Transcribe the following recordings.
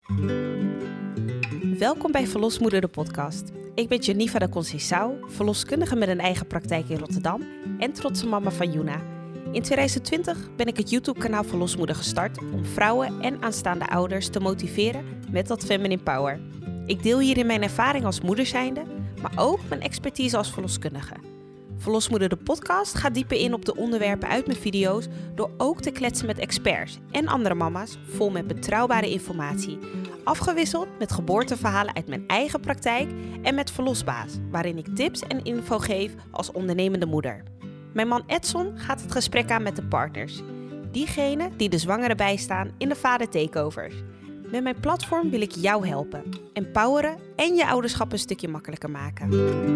Welkom bij Verlosmoeder de podcast. Ik ben Geneva de Conceição, verloskundige met een eigen praktijk in Rotterdam en trotse mama van Juna. In 2020 ben ik het YouTube-kanaal Verlosmoeder gestart om vrouwen en aanstaande ouders te motiveren met dat feminine power. Ik deel hierin mijn ervaring als moeder zijnde, maar ook mijn expertise als verloskundige. Verlosmoeder de podcast gaat dieper in op de onderwerpen uit mijn video's door ook te kletsen met experts en andere mama's vol met betrouwbare informatie. Afgewisseld met geboorteverhalen uit mijn eigen praktijk en met Verlosbaas, waarin ik tips en info geef als ondernemende moeder. Mijn man Edson gaat het gesprek aan met de partners. Diegenen die de zwangere bijstaan in de vader-takeovers. Met mijn platform wil ik jou helpen, empoweren en je ouderschap een stukje makkelijker maken.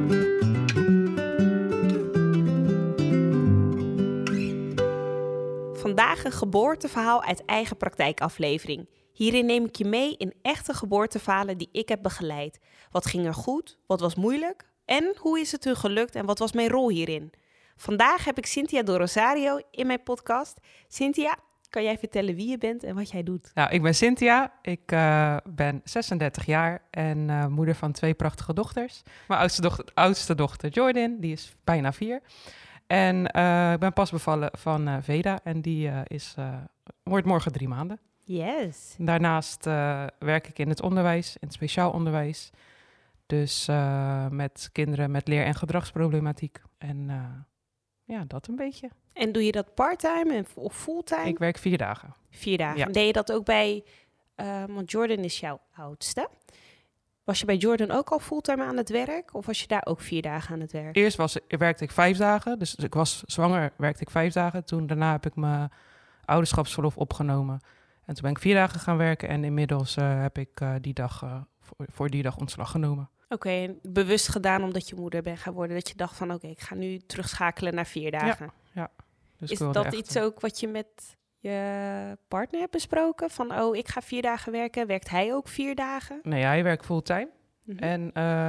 Vandaag een geboorteverhaal uit eigen praktijkaflevering. Hierin neem ik je mee in echte geboorteverhalen die ik heb begeleid. Wat ging er goed, wat was moeilijk en hoe is het hun gelukt en wat was mijn rol hierin? Vandaag heb ik Cynthia do Rosario in mijn podcast. Cynthia, kan jij vertellen wie je bent en wat jij doet? Nou, ik ben Cynthia, ik ben 36 jaar en moeder van 2 prachtige dochters. Mijn oudste dochter Jordan, die is bijna 4. En ik ben pas bevallen van Veda en die wordt morgen 3 maanden. Yes. Daarnaast werk ik in het onderwijs, in het speciaal onderwijs. Dus met kinderen met leer- en gedragsproblematiek. En ja, dat een beetje. En doe je dat parttime of fulltime? Ik werk 4 dagen. 4 dagen. Ja. Deed je dat ook bij, want Jordan is jouw oudste. Was je bij Jordan ook al fulltime aan het werk? Of was je daar ook 4 dagen aan het werk? Eerst werkte ik 5 dagen. Dus ik was zwanger, werkte ik 5 dagen. Daarna heb ik mijn ouderschapsverlof opgenomen. En toen ben ik 4 dagen gaan werken. En inmiddels heb ik die dag voor die dag ontslag genomen. Oké, en bewust gedaan omdat je moeder bent gaan worden. Dat je dacht van oké, ik ga nu terugschakelen naar 4 dagen. Ja. Dus is dat iets ook wat je met je partner hebt besproken? Van ik ga 4 dagen werken. Werkt hij ook 4 dagen? Nee, hij werkt fulltime. Mm-hmm.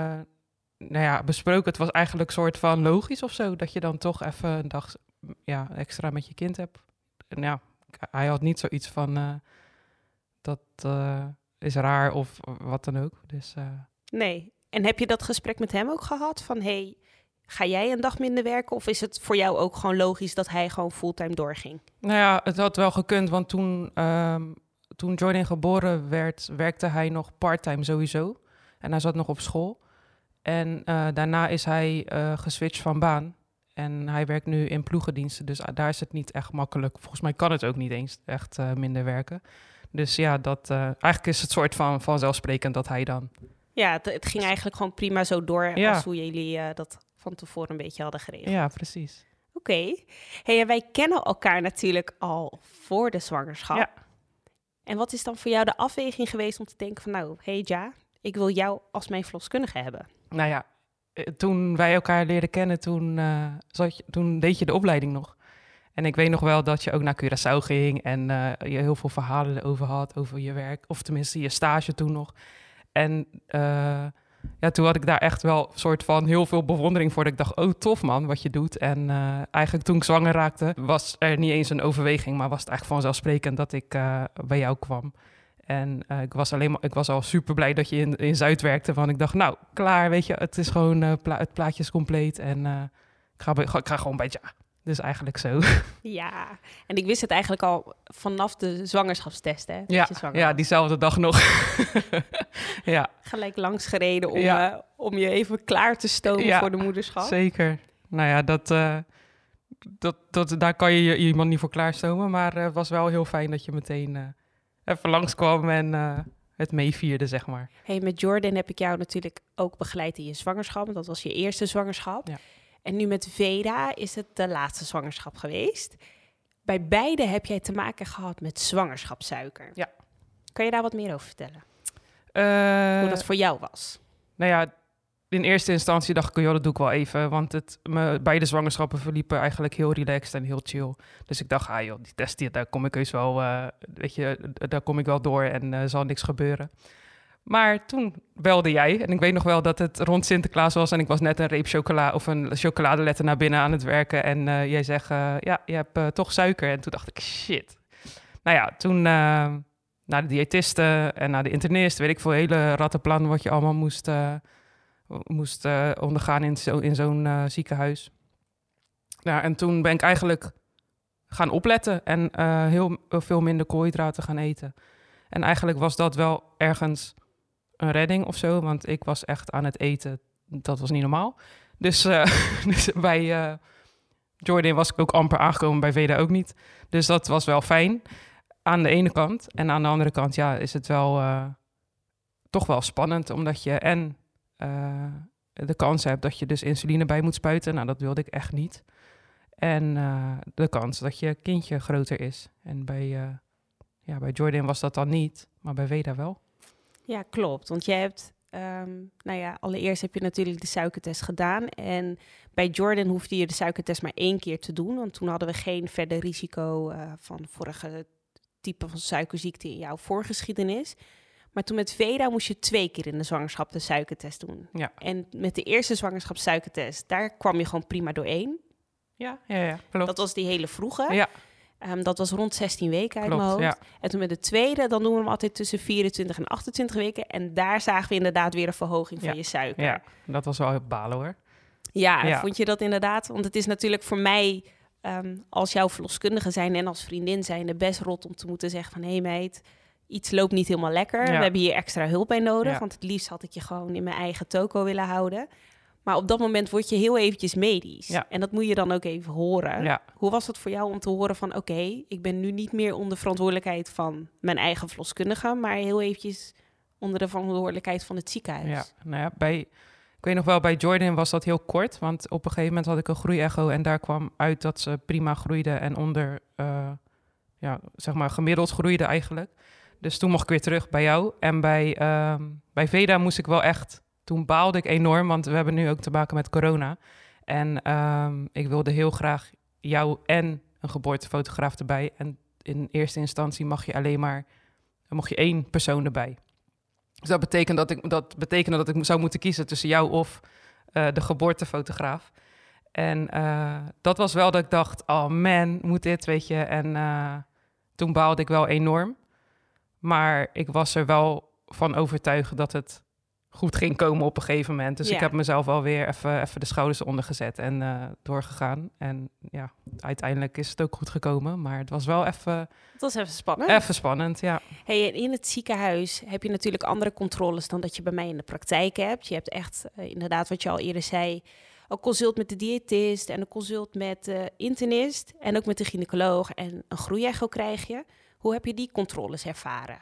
En besproken, het was eigenlijk een soort van logisch of zo. Dat je dan toch even een dag extra met je kind hebt. En ja, hij had niet zoiets van dat is raar of wat dan ook. Dus, Nee. En heb je dat gesprek met hem ook gehad? Van ga jij een dag minder werken? Of is het voor jou ook gewoon logisch dat hij gewoon fulltime doorging? Nou ja, het had wel gekund, want toen Jordan geboren werd, werkte hij nog parttime sowieso. En hij zat nog op school. En daarna is hij geswitcht van baan. En hij werkt nu in ploegendiensten, dus daar is het niet echt makkelijk. Volgens mij kan het ook niet eens echt minder werken. Dus ja, eigenlijk is het soort van vanzelfsprekend dat hij dan... Ja, het ging eigenlijk gewoon prima zo door als hoe jullie dat van tevoren een beetje hadden geregeld. Ja, precies. Oké. Hey, wij kennen elkaar natuurlijk al voor de zwangerschap. Ja. En wat is dan voor jou de afweging geweest om te denken van Ja, ik wil jou als mijn verloskundige hebben? Nou ja, toen wij elkaar leerden kennen, toen deed je de opleiding nog. En ik weet nog wel dat je ook naar Curaçao ging en je heel veel verhalen erover had, over je werk. Of tenminste je stage toen nog. En toen had ik daar echt wel een soort van heel veel bewondering voor. Dat ik dacht, tof man, wat je doet. En eigenlijk toen ik zwanger raakte, was er niet eens een overweging, maar was het eigenlijk vanzelfsprekend dat ik bij jou kwam. En ik was al super blij dat je in Zuid werkte. Want ik dacht, nou, klaar, weet je, het is gewoon, het plaatje is compleet. En ik ga gewoon bij ja. Dus eigenlijk zo. Ja, en ik wist het eigenlijk al vanaf de zwangerschapstest, hè? Ja, diezelfde dag nog. Ja. Gelijk langs gereden om je even klaar te stomen voor de moederschap. Zeker. Nou ja, daar kan je iemand niet voor klaarstomen. Maar het was wel heel fijn dat je meteen even langskwam en het meevierde, zeg maar. Hey, met Jordan heb ik jou natuurlijk ook begeleid in je zwangerschap. Want dat was je eerste zwangerschap. Ja. En nu met Veda is het de laatste zwangerschap geweest. Bij beide heb jij te maken gehad met zwangerschapssuiker. Ja. Kan je daar wat meer over vertellen? Hoe dat voor jou was? Nou ja, in eerste instantie dacht ik, dat doe ik wel even. Want beide zwangerschappen verliepen eigenlijk heel relaxed en heel chill. Dus ik dacht, die test, daar kom ik heus wel, daar kom ik wel door en zal niks gebeuren. Maar toen belde jij en ik weet nog wel dat het rond Sinterklaas was en ik was net een reep chocola of een chocoladeletter naar binnen aan het werken. En jij zegt, je hebt toch suiker. En toen dacht ik, shit. Nou ja, toen naar de diëtiste en naar de internist. Weet ik veel, hele rattenplan wat je allemaal moest ondergaan in zo'n ziekenhuis. Ja, en toen ben ik eigenlijk gaan opletten en heel veel minder koolhydraten gaan eten. En eigenlijk was dat wel ergens een redding of zo, want ik was echt aan het eten. Dat was niet normaal. Dus, dus bij Jordan was ik ook amper aangekomen, bij Veda ook niet. Dus dat was wel fijn aan de ene kant. En aan de andere kant is het wel toch wel spannend, omdat je de kans hebt dat je dus insuline bij moet spuiten. Nou, dat wilde ik echt niet. En de kans dat je kindje groter is. En bij Jordan was dat dan niet, maar bij Veda wel. Ja, klopt. Want jij hebt, allereerst heb je natuurlijk de suikertest gedaan. En bij Jordan hoefde je de suikertest maar 1 keer te doen. Want toen hadden we geen verder risico van vorige type van suikerziekte in jouw voorgeschiedenis. Maar toen met Veda moest je 2 keer in de zwangerschap de suikertest doen. Ja. En met de eerste zwangerschapssuikertest, daar kwam je gewoon prima doorheen. Ja, klopt. Dat was die hele vroege. Ja. Dat was rond 16 weken uit Klopt, mijn hoofd. ja. En toen met de tweede, dan doen we hem altijd tussen 24 en 28 weken. En daar zagen we inderdaad weer een verhoging van je suiker. Ja, dat was wel balen hoor. Ja, vond je dat inderdaad? Want het is natuurlijk voor mij, als jouw verloskundige zijn en als vriendin zijn, best rot om te moeten zeggen van, hé meid, iets loopt niet helemaal lekker. Ja. We hebben hier extra hulp bij nodig. Ja. Want het liefst had ik je gewoon in mijn eigen toko willen houden. Maar op dat moment word je heel eventjes medisch. Ja. En dat moet je dan ook even horen. Ja. Hoe was het voor jou om te horen van, oké, ik ben nu niet meer onder verantwoordelijkheid van mijn eigen verloskundige, maar heel eventjes onder de verantwoordelijkheid van het ziekenhuis? Ja, nou ja, ik weet nog wel, bij Jordan was dat heel kort, want op een gegeven moment had ik een groeiecho en daar kwam uit dat ze prima groeide en onder, zeg maar gemiddeld groeide eigenlijk. Dus toen mocht ik weer terug bij jou. En bij Veda moest ik wel echt, toen baalde ik enorm, want we hebben nu ook te maken met corona. En ik wilde heel graag jou en een geboortefotograaf erbij. En in eerste instantie mocht je 1 persoon erbij. Dus dat betekende dat ik zou moeten kiezen tussen jou of de geboortefotograaf. En dat was wel dat ik dacht, oh man, moet dit, weet je. En toen baalde ik wel enorm. Maar ik was er wel van overtuigd dat het goed ging komen op een gegeven moment. Dus ik heb mezelf wel weer even de schouders onder gezet en doorgegaan. En ja, uiteindelijk is het ook goed gekomen. Maar het was wel even... Het was even spannend. Even spannend, ja. Hey, in het ziekenhuis heb je natuurlijk andere controles dan dat je bij mij in de praktijk hebt. Je hebt echt, inderdaad wat je al eerder zei, een consult met de diëtist en een consult met de internist en ook met de gynaecoloog en een groeiecho krijg je. Hoe heb je die controles ervaren?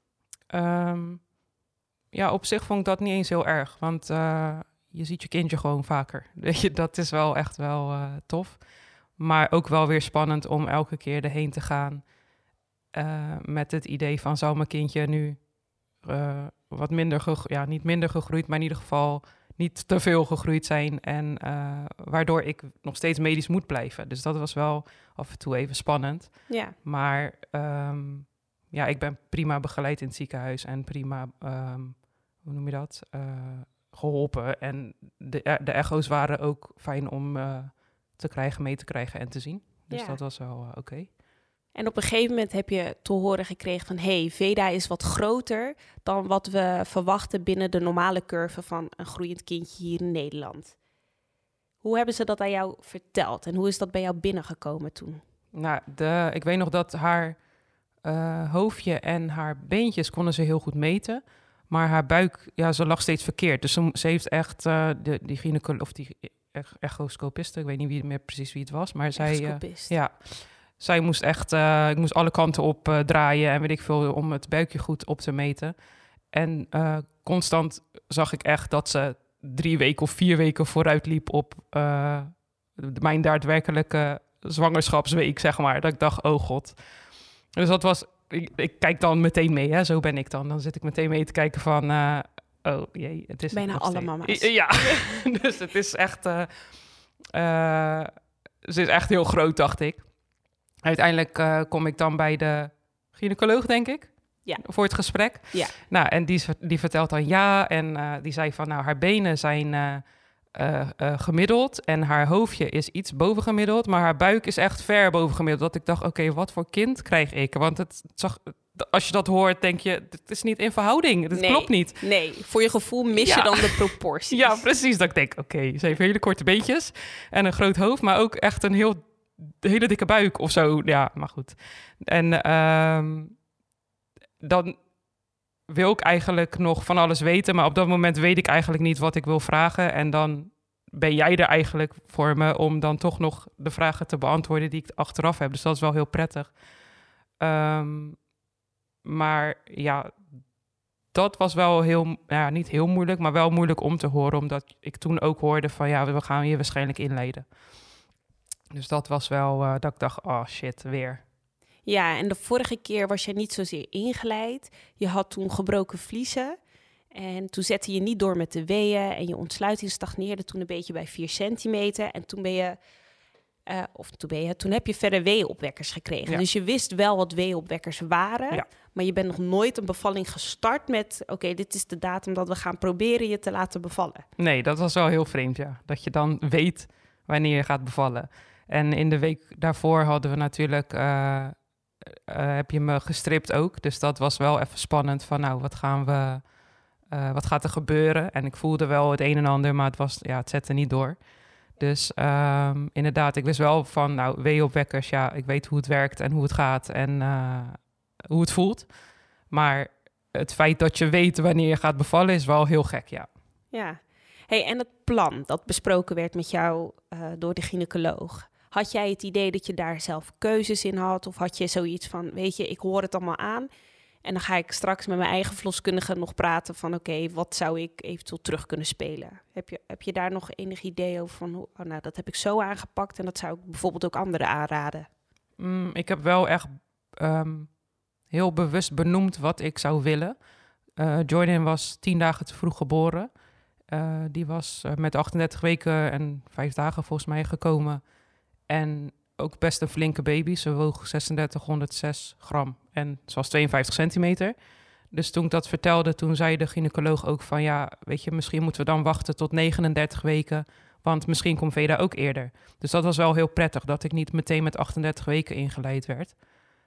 Ja, op zich vond ik dat niet eens heel erg, want je ziet je kindje gewoon vaker. Weet je, dat is wel echt wel tof. Maar ook wel weer spannend om elke keer erheen te gaan met het idee van, zou mijn kindje nu wat minder, niet minder gegroeid, maar in ieder geval niet te veel gegroeid zijn en waardoor ik nog steeds medisch moet blijven. Dus dat was wel af en toe even spannend. Ja. Maar ik ben prima begeleid in het ziekenhuis en prima, hoe noem je dat, geholpen. En de echo's waren ook fijn om mee te krijgen en te zien. Dus dat was wel oké. En op een gegeven moment heb je te horen gekregen van, hey, Veda is wat groter dan wat we verwachten binnen de normale curve van een groeiend kindje hier in Nederland. Hoe hebben ze dat aan jou verteld en hoe is dat bij jou binnengekomen toen? Nou, ik weet nog dat haar hoofdje en haar beentjes konden ze heel goed meten. Maar haar buik, ze lag steeds verkeerd. Dus ze heeft echt die gynaecoloog of die echoscopiste, ik weet niet meer precies wie het was, maar zij moest echt, ik moest alle kanten op draaien en weet ik veel om het buikje goed op te meten. En constant zag ik echt dat ze 3 weken of 4 weken vooruit liep op mijn daadwerkelijke zwangerschapsweek, zeg maar. Dat ik dacht, oh god. Dus dat was, ik kijk dan meteen mee, hè? Zo ben ik dan. Dan zit ik meteen mee te kijken van, oh jee, het is bijna alle mama's. Ja, dus het is echt, ze is echt heel groot, dacht ik. Uiteindelijk kom ik dan bij de gynaecoloog, denk ik, voor het gesprek. Ja. Nou, en die vertelt dan en die zei van, nou, haar benen zijn gemiddeld en haar hoofdje is iets bovengemiddeld, maar haar buik is echt ver bovengemiddeld. Dat ik dacht, oké, wat voor kind krijg ik? Want het als je dat hoort, denk je, het is niet in verhouding. Het klopt niet. Nee, voor je gevoel mis je dan de proporties. Ja, precies. Dat ik denk, oké, ze heeft hele korte beentjes en een groot hoofd, maar ook echt een hele dikke buik of zo. Ja, maar goed. En dan wil ik eigenlijk nog van alles weten, maar op dat moment weet ik eigenlijk niet wat ik wil vragen. En dan ben jij er eigenlijk voor me om dan toch nog de vragen te beantwoorden die ik achteraf heb. Dus dat is wel heel prettig. Maar ja, dat was wel niet heel moeilijk, maar wel moeilijk om te horen. Omdat ik toen ook hoorde van, ja, we gaan je waarschijnlijk inleiden. Dus dat was wel dat ik dacht, oh shit, weer. Ja, en de vorige keer was je niet zozeer ingeleid. Je had toen gebroken vliezen. En toen zette je niet door met de weeën. En je ontsluiting stagneerde toen een beetje bij 4 centimeter. En toen heb je verder weeënopwekkers gekregen. Ja. Dus je wist wel wat weeënopwekkers waren. Ja. Maar je bent nog nooit een bevalling gestart met, oké, dit is de datum dat we gaan proberen je te laten bevallen. Nee, dat was wel heel vreemd, ja. Dat je dan weet wanneer je gaat bevallen. En in de week daarvoor hadden we natuurlijk, heb je me gestript ook. Dus dat was wel even spannend van, nou, wat gaat er gebeuren? En ik voelde wel het een en ander, maar het zette niet door. Dus inderdaad, ik wist wel van, nou, weeënopwekkers, ja, ik weet hoe het werkt en hoe het gaat en hoe het voelt. Maar het feit dat je weet wanneer je gaat bevallen is wel heel gek, ja. Ja. Hey, en het plan dat besproken werd met jou door de gynaecoloog. Had jij het idee dat je daar zelf keuzes in had? Of had je zoiets van, weet je, ik hoor het allemaal aan. En dan ga ik straks met mijn eigen verloskundige nog praten van, oké, wat zou ik eventueel terug kunnen spelen? Heb je daar nog enig idee over van, nou, dat heb ik zo aangepakt en dat zou ik bijvoorbeeld ook anderen aanraden? Ik heb wel echt heel bewust benoemd wat ik zou willen. Jordan was 10 dagen te vroeg geboren. Die was met 38 weken en 5 dagen volgens mij gekomen. En ook best een flinke baby. Ze woog 3606 gram en ze was 52 centimeter. Dus toen ik dat vertelde, toen zei de gynaecoloog ook van, ja, weet je, misschien moeten we dan wachten tot 39 weken, want misschien komt Veda ook eerder. Dus dat was wel heel prettig, dat ik niet meteen met 38 weken ingeleid werd.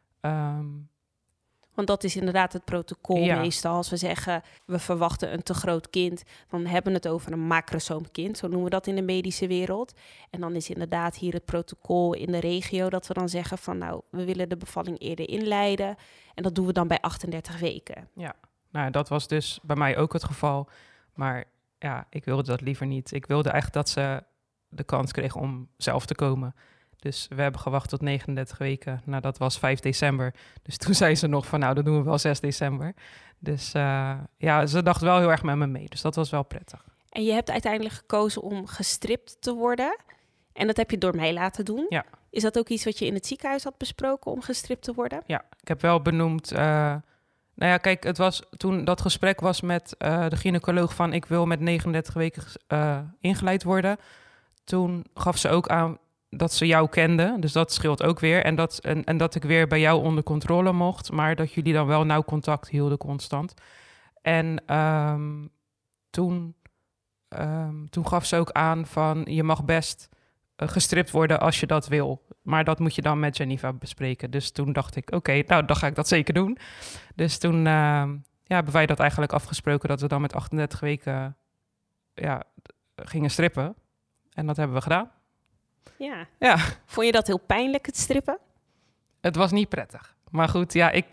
Want dat is inderdaad het protocol meestal. Als we zeggen, we verwachten een te groot kind, dan hebben we het over een macrosoomkind. Zo noemen we dat in de medische wereld. En dan is inderdaad hier het protocol in de regio dat we dan zeggen van, nou, we willen de bevalling eerder inleiden. En dat doen we dan bij 38 weken. Ja, nou, dat was dus bij mij ook het geval. Maar ja, ik wilde dat liever niet. Ik wilde echt dat ze de kans kreeg om zelf te komen. Dus we hebben gewacht tot 39 weken. Nou, dat was 5 december. Dus toen zei ze nog van, nou, dat doen we wel 6 december. Dus ze dacht wel heel erg met me mee. Dus dat was wel prettig. En je hebt uiteindelijk gekozen om gestript te worden. En dat heb je door mij laten doen. Ja. Is dat ook iets wat je in het ziekenhuis had besproken om gestript te worden? Ja, ik heb wel benoemd. Nou ja, kijk, het was toen dat gesprek was met de gynaecoloog van, ik wil met 39 weken ingeleid worden. Toen gaf ze ook aan dat ze jou kende, dus dat scheelt ook weer. En dat ik weer bij jou onder controle mocht, maar dat jullie dan wel nauw contact hielden constant. En toen gaf ze ook aan van, je mag best gestript worden als je dat wil. Maar dat moet je dan met Geneva bespreken. Dus toen dacht ik, oké, nou, dan ga ik dat zeker doen. Dus toen hebben wij dat eigenlijk afgesproken, dat we dan met 38 weken gingen strippen. En dat hebben we gedaan. Ja. Vond je dat heel pijnlijk, het strippen? Het was niet prettig. Maar goed, ja, ik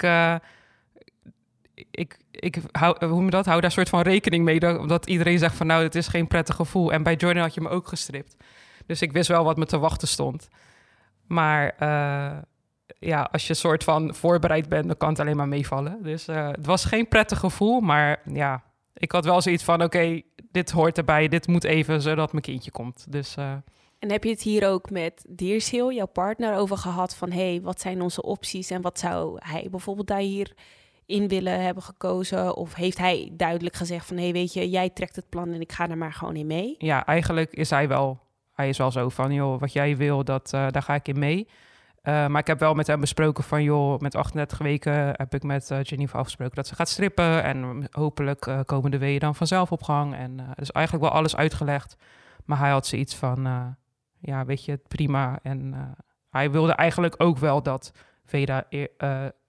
hou daar een soort van rekening mee. Omdat iedereen zegt van, nou, het is geen prettig gevoel. En bij Jordan had je me ook gestript. Dus ik wist wel wat me te wachten stond. Maar als je soort van voorbereid bent, dan kan het alleen maar meevallen. Dus het was geen prettig gevoel. Maar ja, ik had wel zoiets van, oké, dit hoort erbij. Dit moet even, zodat mijn kindje komt. Dus... En heb je het hier ook met Diersheal, jouw partner, over gehad van, hey, wat zijn onze opties en wat zou hij bijvoorbeeld daar hier in willen hebben gekozen? Of heeft hij duidelijk gezegd van, hey, weet je, jij trekt het plan en ik ga er maar gewoon in mee? Ja, eigenlijk is hij wel zo van, joh, wat jij wil, daar ga ik in mee. Maar ik heb wel met hem besproken van, joh, met 38 weken heb ik met Geneva afgesproken dat ze gaat strippen. En hopelijk komen de weeën dan vanzelf op gang. En dus eigenlijk wel alles uitgelegd. Maar hij had zoiets van, weet je, prima. En hij wilde eigenlijk ook wel dat Veda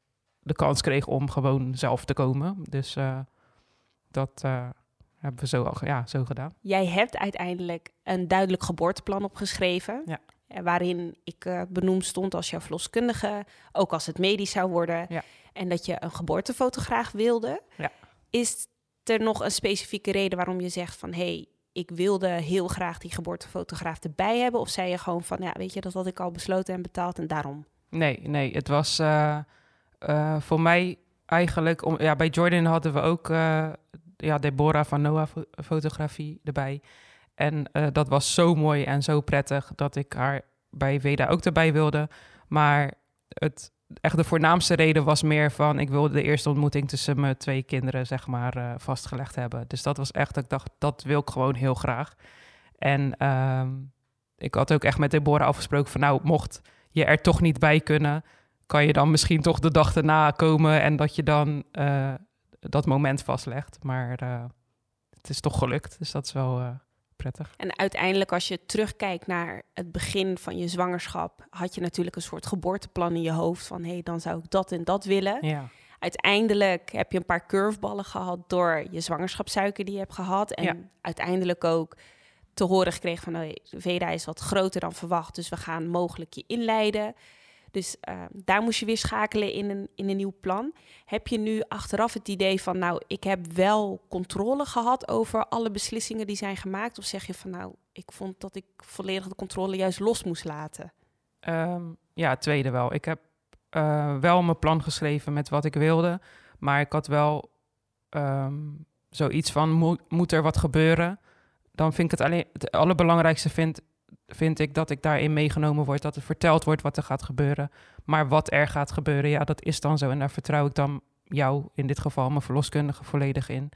de kans kreeg om gewoon zelf te komen. Dus dat hebben we zo gedaan. Jij hebt uiteindelijk een duidelijk geboorteplan opgeschreven. Ja. Waarin ik benoemd stond als jouw verloskundige, ook als het medisch zou worden. Ja. En dat je een geboortefotograaf wilde. Ja. Is er nog een specifieke reden waarom je zegt van... hey, ik wilde heel graag die geboortefotograaf erbij hebben? Of zei je gewoon van, ja, weet je, dat had ik al besloten en betaald en daarom? Nee, het was voor mij eigenlijk... bij Jordan hadden we ook Deborah van Noah fotografie erbij. En dat was zo mooi en zo prettig dat ik haar bij Veda ook erbij wilde. Maar echt de voornaamste reden was meer van... ik wilde de eerste ontmoeting tussen mijn 2 kinderen, zeg maar, vastgelegd hebben. Dus dat was echt, dat ik dacht, dat wil ik gewoon heel graag. En ik had ook echt met Deborah afgesproken van... nou, mocht je er toch niet bij kunnen... kan je dan misschien toch de dag erna komen... en dat je dan dat moment vastlegt. Maar het is toch gelukt, dus dat is wel... prettig. En uiteindelijk, als je terugkijkt naar het begin van je zwangerschap... had je natuurlijk een soort geboorteplan in je hoofd... van hey, dan zou ik dat en dat willen. Ja. Uiteindelijk heb je een paar curveballen gehad... door je zwangerschapssuiker die je hebt gehad. En uiteindelijk ook te horen gekregen van... hey, Veda is wat groter dan verwacht... dus we gaan mogelijk je inleiden... Dus daar moest je weer schakelen in een nieuw plan. Heb je nu achteraf het idee van... nou, ik heb wel controle gehad over alle beslissingen die zijn gemaakt? Of zeg je van, nou, ik vond dat ik volledig de controle juist los moest laten? Het tweede wel. Ik heb wel mijn plan geschreven met wat ik wilde. Maar ik had wel zoiets van, moet er wat gebeuren? Dan vind ik het allerbelangrijkste vind ik dat ik daarin meegenomen word, dat er verteld wordt wat er gaat gebeuren. Maar wat er gaat gebeuren, ja, dat is dan zo. En daar vertrouw ik dan jou, in dit geval mijn verloskundige, volledig in.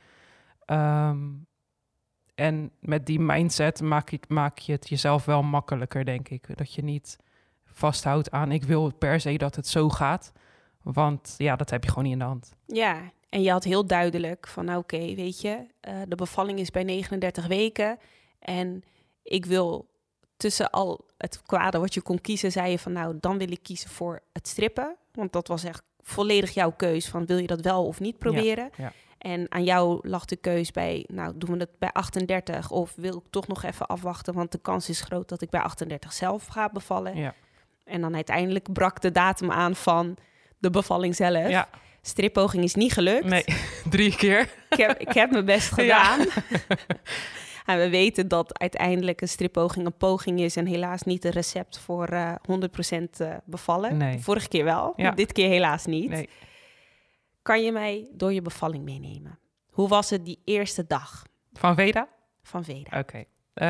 En met die mindset maak je het jezelf wel makkelijker, denk ik. Dat je niet vasthoudt aan, ik wil per se dat het zo gaat. Want ja, dat heb je gewoon niet in de hand. Ja, en je had heel duidelijk van, oké, weet je, de bevalling is bij 39 weken. En ik wil... tussen al het kwade wat je kon kiezen, zei je van... nou, dan wil ik kiezen voor het strippen. Want dat was echt volledig jouw keus van... wil je dat wel of niet proberen? Ja. En aan jou lag de keus bij... nou, doen we het bij 38 of wil ik toch nog even afwachten... want de kans is groot dat ik bij 38 zelf ga bevallen. Ja. En dan uiteindelijk brak de datum aan van de bevalling zelf. Ja. Strippoging is niet gelukt. Nee, 3 keer. Ik heb mijn best gedaan. Ja. En we weten dat uiteindelijk een strippoging een poging is... en helaas niet een recept voor 100% bevallen. Nee. Vorige keer wel, dit keer helaas niet. Nee. Kan je mij door je bevalling meenemen? Hoe was het die eerste dag? Van Veda? Van Veda. Oké.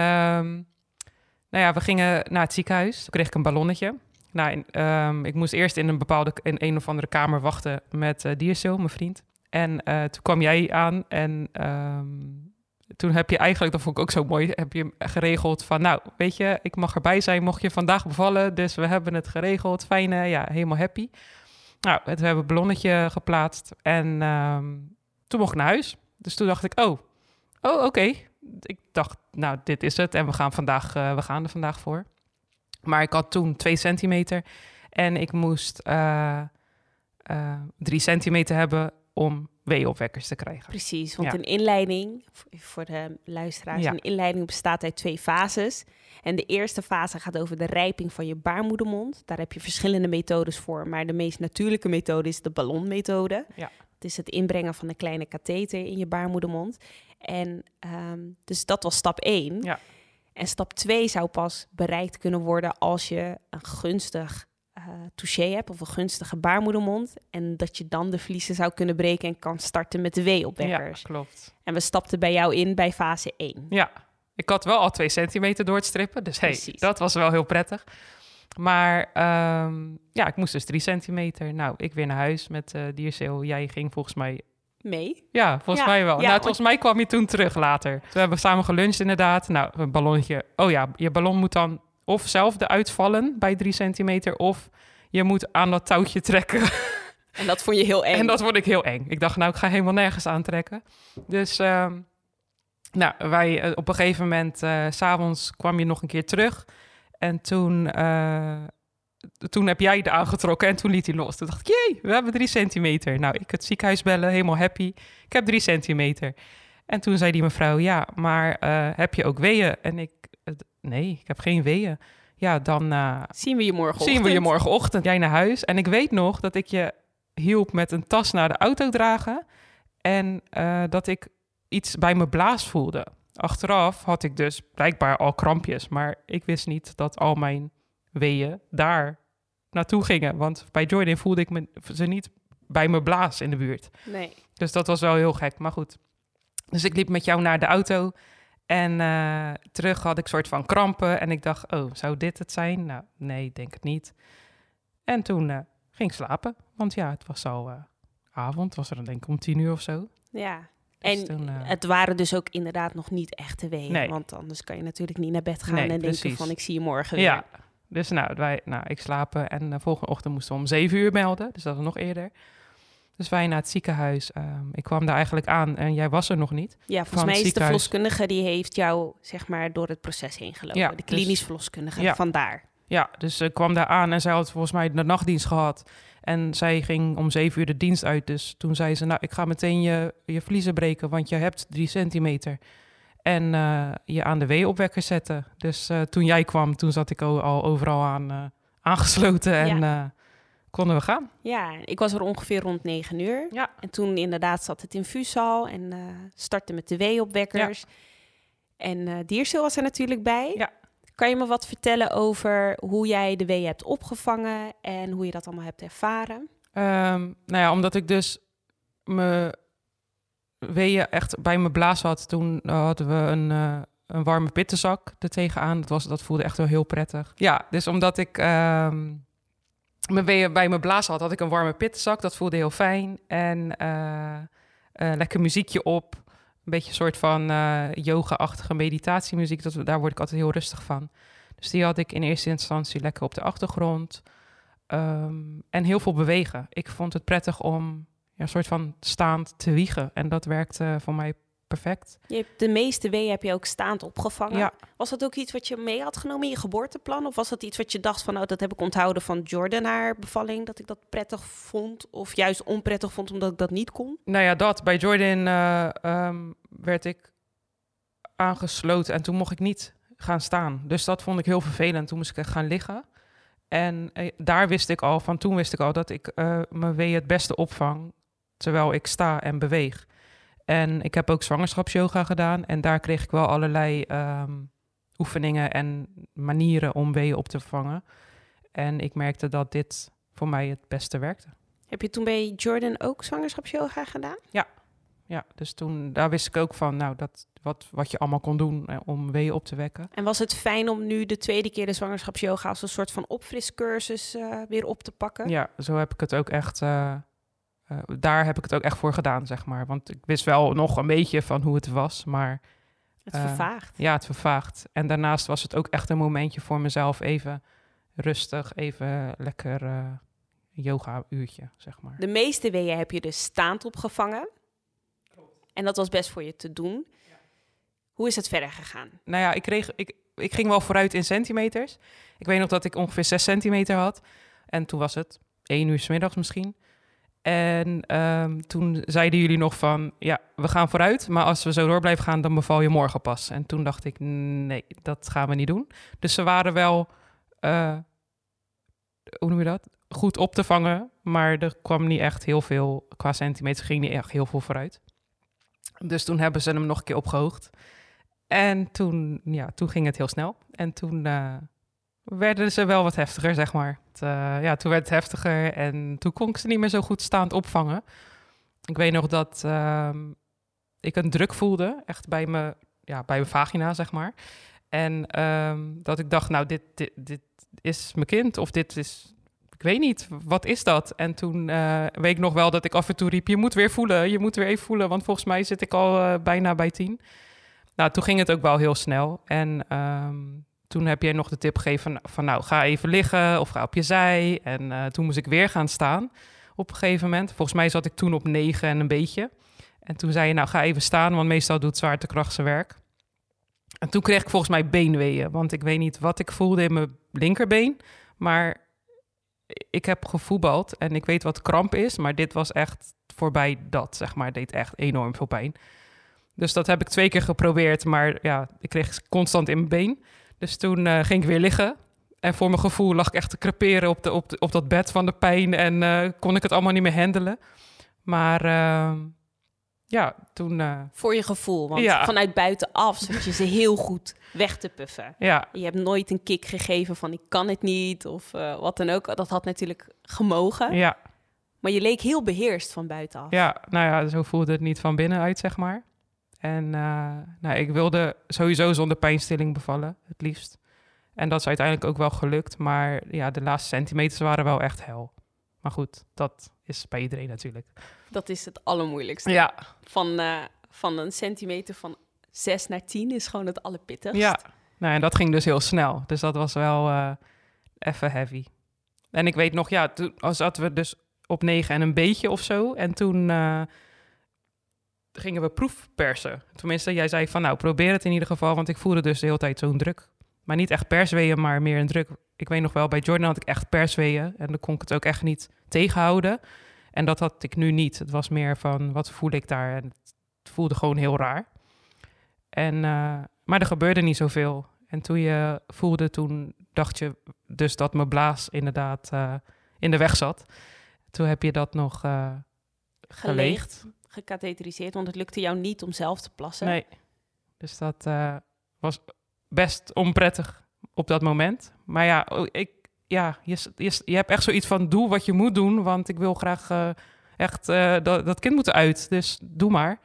We gingen naar het ziekenhuis. Toen kreeg ik een ballonnetje. Nou, ik moest eerst in een of andere kamer wachten met Diersil, mijn vriend. En toen kwam jij aan en... toen heb je eigenlijk, dat vond ik ook zo mooi, heb je geregeld van, nou, weet je, ik mag erbij zijn, mocht je vandaag bevallen, dus we hebben het geregeld, fijn, helemaal happy. Nou, we hebben een ballonnetje geplaatst en toen mocht ik naar huis. Dus toen dacht ik, oké. Ik dacht, nou, dit is het en we gaan er vandaag voor. Maar ik had toen 2 centimeter en ik moest 3 centimeter hebben om weeopwekkers te krijgen. Precies, want een inleiding, voor de luisteraars, een inleiding bestaat uit 2 fases. En de eerste fase gaat over de rijping van je baarmoedermond. Daar heb je verschillende methodes voor, maar de meest natuurlijke methode is de ballonmethode. Ja. Het is het inbrengen van een kleine katheter in je baarmoedermond. En dus dat was stap 1. Ja. En stap 2 zou pas bereikt kunnen worden als je een gunstig touché hebt of een gunstige baarmoedermond. En dat je dan de vliezen zou kunnen breken en kan starten met de weeopwekkers. Ja, klopt. En we stapten bij jou in bij fase 1. Ja, ik had wel al 2 centimeter door het strippen. Dus dat was wel heel prettig. Maar ik moest dus 3 centimeter. Nou, ik weer naar huis met Diersil. Jij ging volgens mij... mee? Ja, volgens mij wel. Ja, volgens mij kwam je toen terug later. Toen hebben we samen geluncht inderdaad. Nou, een ballonnetje. Oh ja, je ballon moet dan of zelf eruit vallen bij 3 centimeter... of je moet aan dat touwtje trekken. En dat vond je heel eng? En dat vond ik heel eng. Ik dacht, nou, ik ga helemaal nergens aantrekken. Dus wij op een gegeven moment... 's avonds kwam je nog een keer terug. En toen heb jij de aangetrokken en toen liet hij los. Toen dacht ik, hey, we hebben 3 centimeter. Nou, ik het ziekenhuis bellen, helemaal happy. Ik heb 3 centimeter. En toen zei die mevrouw, ja, maar heb je ook weeën? En ik, nee, ik heb geen weeën. Ja, dan zien we je morgenochtend. Jij naar huis. En ik weet nog dat ik je hielp met een tas naar de auto dragen. En dat ik iets bij mijn blaas voelde. Achteraf had ik dus blijkbaar al krampjes. Maar ik wist niet dat al mijn weeën daar naartoe gingen. Want bij Jordan voelde ik ze niet bij mijn blaas in de buurt. Nee. Dus dat was wel heel gek, maar goed. Dus ik liep met jou naar de auto. En terug had ik soort van krampen. En ik dacht, oh, zou dit het zijn? Nou, nee, denk het niet. En toen ging ik slapen. Want ja, het was al avond. Was er dan denk ik om 10:00 of zo. Ja, dus en toen, het waren dus ook inderdaad nog niet echte weeën. Nee. Want anders kan je natuurlijk niet naar bed gaan en precies. denken van ik zie je morgen weer. Ja, dus ik slapen. En de volgende ochtend moesten we om 7:00 melden. Dus dat was nog eerder. Dus wij naar het ziekenhuis. Ik kwam daar eigenlijk aan en jij was er nog niet. Ja, volgens mij is de verloskundige die heeft jou zeg maar door het proces heen gelopen. Ja, de klinisch verloskundige, vandaar. Ja, dus ik kwam daar aan en zij had volgens mij de nachtdienst gehad. En zij ging om 7:00 de dienst uit. Dus toen zei ze, nou, ik ga meteen je vliezen breken, want je hebt 3 centimeter. En je aan de weeopwekker zetten. Dus toen jij kwam, toen zat ik al overal aangesloten en konden we gaan. Ja, ik was er ongeveer rond 9:00. Ja. En toen inderdaad zat het infuuszaal en startte met de weeopwekkers. Ja. En Dierstil was er natuurlijk bij. Ja. Kan je me wat vertellen over hoe jij de weeën hebt opgevangen en hoe je dat allemaal hebt ervaren? Nou ja, omdat ik dus me weeën echt bij mijn blaas had, toen hadden we een warme pittenzak er tegenaan. Dat voelde echt wel heel prettig. Ja, dus omdat ik mijn weeën bij mijn blaas had ik een warme pittenzak. Dat voelde heel fijn. En lekker muziekje op. Een beetje een soort van yoga-achtige meditatiemuziek. Daar word ik altijd heel rustig van. Dus die had ik in eerste instantie lekker op de achtergrond. En heel veel bewegen. Ik vond het prettig om een soort van staand te wiegen. En dat werkte voor mij perfect. De meeste weeën heb je ook staand opgevangen. Ja. Was dat ook iets wat je mee had genomen in je geboorteplan? Of was dat iets wat je dacht van, dat heb ik onthouden van Jordan haar bevalling, dat ik dat prettig vond? Of juist onprettig vond omdat ik dat niet kon? Nou ja, bij Jordan werd ik aangesloten en toen mocht ik niet gaan staan. Dus dat vond ik heel vervelend. Toen moest ik echt gaan liggen. En toen wist ik al dat ik mijn weeën het beste opvang terwijl ik sta en beweeg. En ik heb ook zwangerschapsyoga gedaan. En daar kreeg ik wel allerlei oefeningen en manieren om weeën op te vangen. En ik merkte dat dit voor mij het beste werkte. Heb je toen bij Jordan ook zwangerschapsyoga gedaan? Ja, dus daar wist ik ook van, nou, wat je allemaal kon doen om weeën op te wekken. En was het fijn om nu de tweede keer de zwangerschapsyoga als een soort van opfriscursus weer op te pakken? Ja, zo heb ik het ook echt... daar heb ik het ook echt voor gedaan, zeg maar. Want ik wist wel nog een beetje van hoe het was, maar... Het vervaagt. Ja, het vervaagt. En daarnaast was het ook echt een momentje voor mezelf. Even rustig, even lekker yoga-uurtje, zeg maar. De meeste weeën heb je dus staand opgevangen. En dat was best voor je te doen. Ja. Hoe is het verder gegaan? Nou ja, ik ging wel vooruit in centimeters. Ik weet nog dat ik ongeveer 6 centimeter had. En toen was het 1:00 's middags misschien. En toen zeiden jullie nog van, ja, we gaan vooruit. Maar als we zo door blijven gaan, dan beval je morgen pas. En toen dacht ik, nee, dat gaan we niet doen. Dus ze waren wel, hoe noem je dat? Goed op te vangen. Maar er kwam niet echt heel veel, qua centimeter ging niet echt heel veel vooruit. Dus toen hebben ze hem nog een keer opgehoogd. En toen ging het heel snel. En toen werden ze wel wat heftiger, zeg maar. Toen werd het heftiger en toen kon ik ze niet meer zo goed staand opvangen. Ik weet nog dat ik een druk voelde, echt bij mijn vagina, zeg maar. En dat ik dacht, nou, dit is mijn kind of dit is... Ik weet niet, wat is dat? En toen weet ik nog wel dat ik af en toe riep, je moet weer even voelen, want volgens mij zit ik al bijna bij 10. Nou, toen ging het ook wel heel snel. En toen heb jij nog de tip gegeven van nou, ga even liggen of ga op je zij. En toen moest ik weer gaan staan op een gegeven moment. Volgens mij zat ik toen op 9 en een beetje. En toen zei je, nou, ga even staan, want meestal doet zwaartekracht zijn werk. En toen kreeg ik volgens mij beenweeën, want ik weet niet wat ik voelde in mijn linkerbeen, maar ik heb gevoetbald en ik weet wat kramp is, maar dit was echt voorbij dat, zeg maar. Het deed echt enorm veel pijn. Dus dat heb ik 2 keer geprobeerd, maar ja, ik kreeg constant in mijn been. Dus toen ging ik weer liggen. En voor mijn gevoel lag ik echt te creperen op dat bed van de pijn en kon ik het allemaal niet meer handelen. Maar ja, toen... Voor je gevoel, want vanuit buitenaf zat je ze heel goed weg te puffen. Ja. Je hebt nooit een kick gegeven van ik kan het niet of wat dan ook. Dat had natuurlijk gemogen. Ja. Maar je leek heel beheerst van buitenaf. Ja, nou ja, zo voelde het niet van binnenuit, zeg maar. En ik wilde sowieso zonder pijnstilling bevallen, het liefst. En dat is uiteindelijk ook wel gelukt. Maar ja, de laatste centimeters waren wel echt hel. Maar goed, dat is bij iedereen natuurlijk. Dat is het allermoeilijkste. Ja. Van een centimeter van 6 naar 10 is gewoon het allerpittigst. Ja, nou, en dat ging dus heel snel. Dus dat was wel even heavy. En ik weet nog, ja, toen zaten we dus op 9 en een beetje of zo. En toen gingen we proefpersen. Tenminste, jij zei van, nou, probeer het in ieder geval. Want ik voelde dus de hele tijd zo'n druk. Maar niet echt persweeën, maar meer een druk. Ik weet nog wel, bij Jordan had ik echt persweeën. En dan kon ik het ook echt niet tegenhouden. En dat had ik nu niet. Het was meer van, wat voel ik daar? En het voelde gewoon heel raar. En, maar er gebeurde niet zoveel. En toen je voelde, toen dacht je dus dat mijn blaas inderdaad in de weg zat. Toen heb je dat nog geleegd. Gekatheteriseerd, want het lukte jou niet om zelf te plassen. Nee, dus dat was best onprettig op dat moment. Maar ja, je hebt echt zoiets van, doe wat je moet doen, want ik wil graag echt, dat kind moet eruit. Dus doe maar.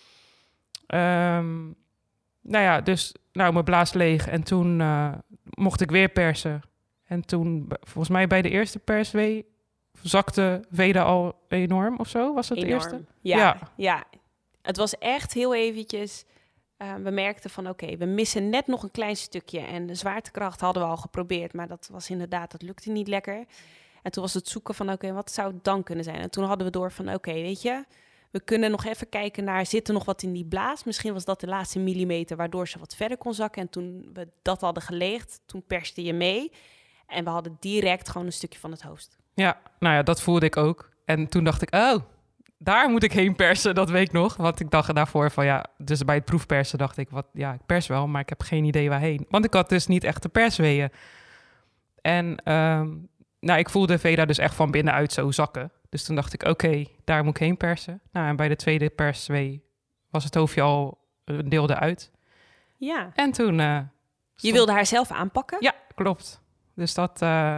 Mijn blaas leeg en toen mocht ik weer persen. En toen, volgens mij bij de eerste perswee, zakte Veda al enorm of zo? Was het enorm. De eerste? Ja. Het was echt heel eventjes. We merkten van oké, we missen net nog een klein stukje. En de zwaartekracht hadden we al geprobeerd, maar dat was inderdaad, dat lukte niet lekker. En toen was het zoeken van oké, wat zou het dan kunnen zijn? En toen hadden we door van oké, weet je, we kunnen nog even kijken naar, zit er nog wat in die blaas? Misschien was dat de laatste millimeter waardoor ze wat verder kon zakken. En toen we dat hadden geleegd, toen perste je mee. En we hadden direct gewoon een stukje van het hoofd. Ja, nou ja, dat voelde ik ook. En toen dacht ik, oh, daar moet ik heen persen, dat weet ik nog. Want ik dacht daarvoor van ja, dus bij het proefpersen dacht ik, ik pers wel, maar ik heb geen idee waarheen. Want ik had dus niet echt de persweeën. En ik voelde Veda dus echt van binnenuit zo zakken. Dus toen dacht ik, oké, daar moet ik heen persen. Nou, en bij de tweede perswee was het hoofdje al een deel eruit. Ja. En toen... Je wilde haar zelf aanpakken? Ja, klopt. Dus dat...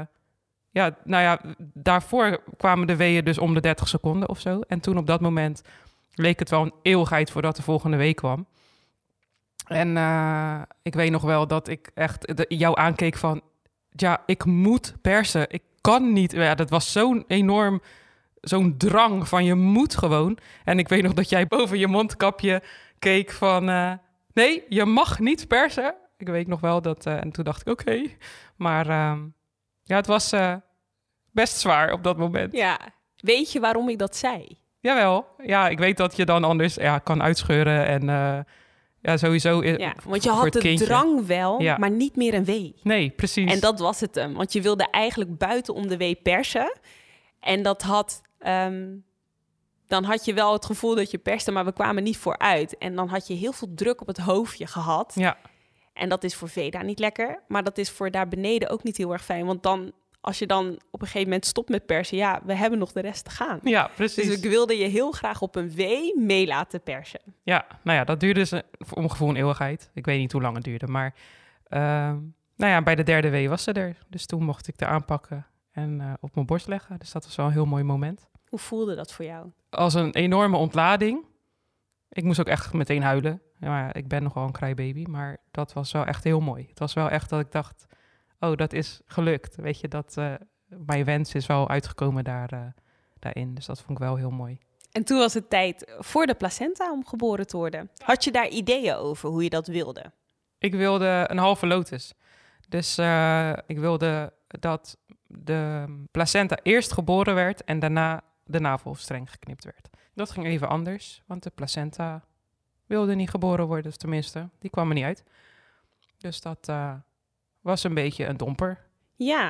daarvoor kwamen de weeën dus om de 30 seconden of zo. En toen op dat moment leek het wel een eeuwigheid voordat de volgende week kwam. En ik weet nog wel dat ik echt jou aankeek van... Ja, ik moet persen. Ik kan niet. Ja, dat was zo'n drang van je moet gewoon. En ik weet nog dat jij boven je mondkapje keek van... nee, je mag niet persen. Ik weet nog wel dat... en toen dacht ik, oké. Maar het was best zwaar op dat moment. Ja, weet je waarom ik dat zei? Jawel. Ja, ik weet dat je dan anders kan uitscheuren en... sowieso. Want je had de drang wel, maar niet meer een wee. Nee, precies. En dat was het hem. Want je wilde eigenlijk buitenom de wee persen. En dat had... dan had je wel het gevoel dat je perste, maar we kwamen niet vooruit. En dan had je heel veel druk op het hoofdje gehad. Ja. En dat is voor Veda niet lekker. Maar dat is voor daar beneden ook niet heel erg fijn. Want dan, als je dan op een gegeven moment stopt met persen... we hebben nog de rest te gaan. Ja, precies. Dus ik wilde je heel graag op een wee mee laten persen. Ja, dat duurde dus voor mijn gevoel een eeuwigheid. Ik weet niet hoe lang het duurde, maar... bij de derde wee was ze er. Dus toen mocht ik er aanpakken en op mijn borst leggen. Dus dat was wel een heel mooi moment. Hoe voelde dat voor jou? Als een enorme ontlading. Ik moest ook echt meteen huilen. Ja, ik ben nogal een crybaby, maar dat was wel echt heel mooi. Het was wel echt dat ik dacht, oh, dat is gelukt. Weet je, dat mijn wens is wel uitgekomen daarin. Dus dat vond ik wel heel mooi. En toen was het tijd voor de placenta om geboren te worden. Had je daar ideeën over hoe je dat wilde? Ik wilde een halve lotus. Dus ik wilde dat de placenta eerst geboren werd en daarna de navelstreng geknipt werd. Dat ging even anders, want de placenta wilde niet geboren worden, dus tenminste, die kwam er niet uit. Dus dat was een beetje een domper. Ja,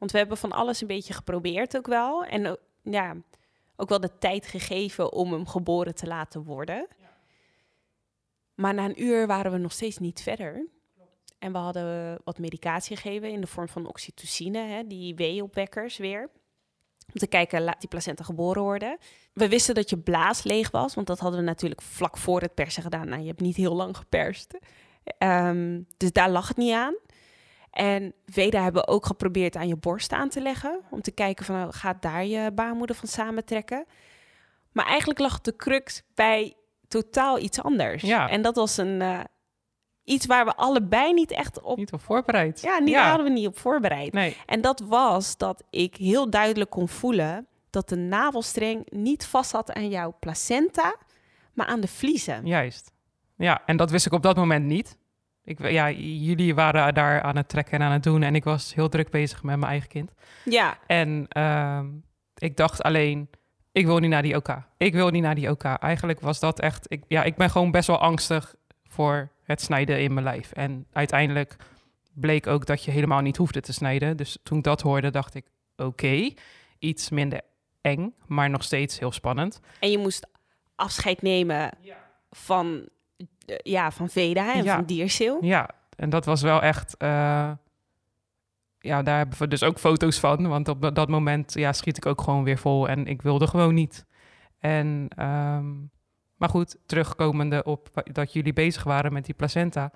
Want we hebben van alles een beetje geprobeerd ook wel. En ook wel de tijd gegeven om hem geboren te laten worden. Ja. Maar na een uur waren we nog steeds niet verder. En we hadden wat medicatie gegeven in de vorm van oxytocine, hè, die weeopwekkers weer. Om te kijken, laat die placenta geboren worden. We wisten dat je blaas leeg was, want dat hadden we natuurlijk vlak voor het persen gedaan. Nou, je hebt niet heel lang geperst. Dus daar lag het niet aan. En Veda hebben we ook geprobeerd aan je borst aan te leggen. Om te kijken van, gaat daar je baarmoeder van samentrekken? Maar eigenlijk lag de crux bij totaal iets anders. Ja. En dat was iets waar we allebei niet echt op... Niet op voorbereid. Ja, daar hadden we niet op voorbereid. Nee. En dat was dat ik heel duidelijk kon voelen dat de navelstreng niet vast zat aan jouw placenta, maar aan de vliezen. Juist. Ja, en dat wist ik op dat moment niet. Jullie waren daar aan het trekken en aan het doen en ik was heel druk bezig met mijn eigen kind. Ja. En ik dacht alleen, ik wil niet naar die OK. Ik wil niet naar die OK. Eigenlijk was dat echt... Ik ben gewoon best wel angstig voor het snijden in mijn lijf. En uiteindelijk bleek ook dat je helemaal niet hoefde te snijden. Dus toen ik dat hoorde, dacht ik, oké, iets minder eng, maar nog steeds heel spannend. En je moest afscheid nemen van Veda en van Dierziel. Ja, en dat was wel echt... daar hebben we dus ook foto's van. Want op dat moment schiet ik ook gewoon weer vol. En ik wilde gewoon niet. En... maar goed, terugkomende op dat jullie bezig waren met die placenta.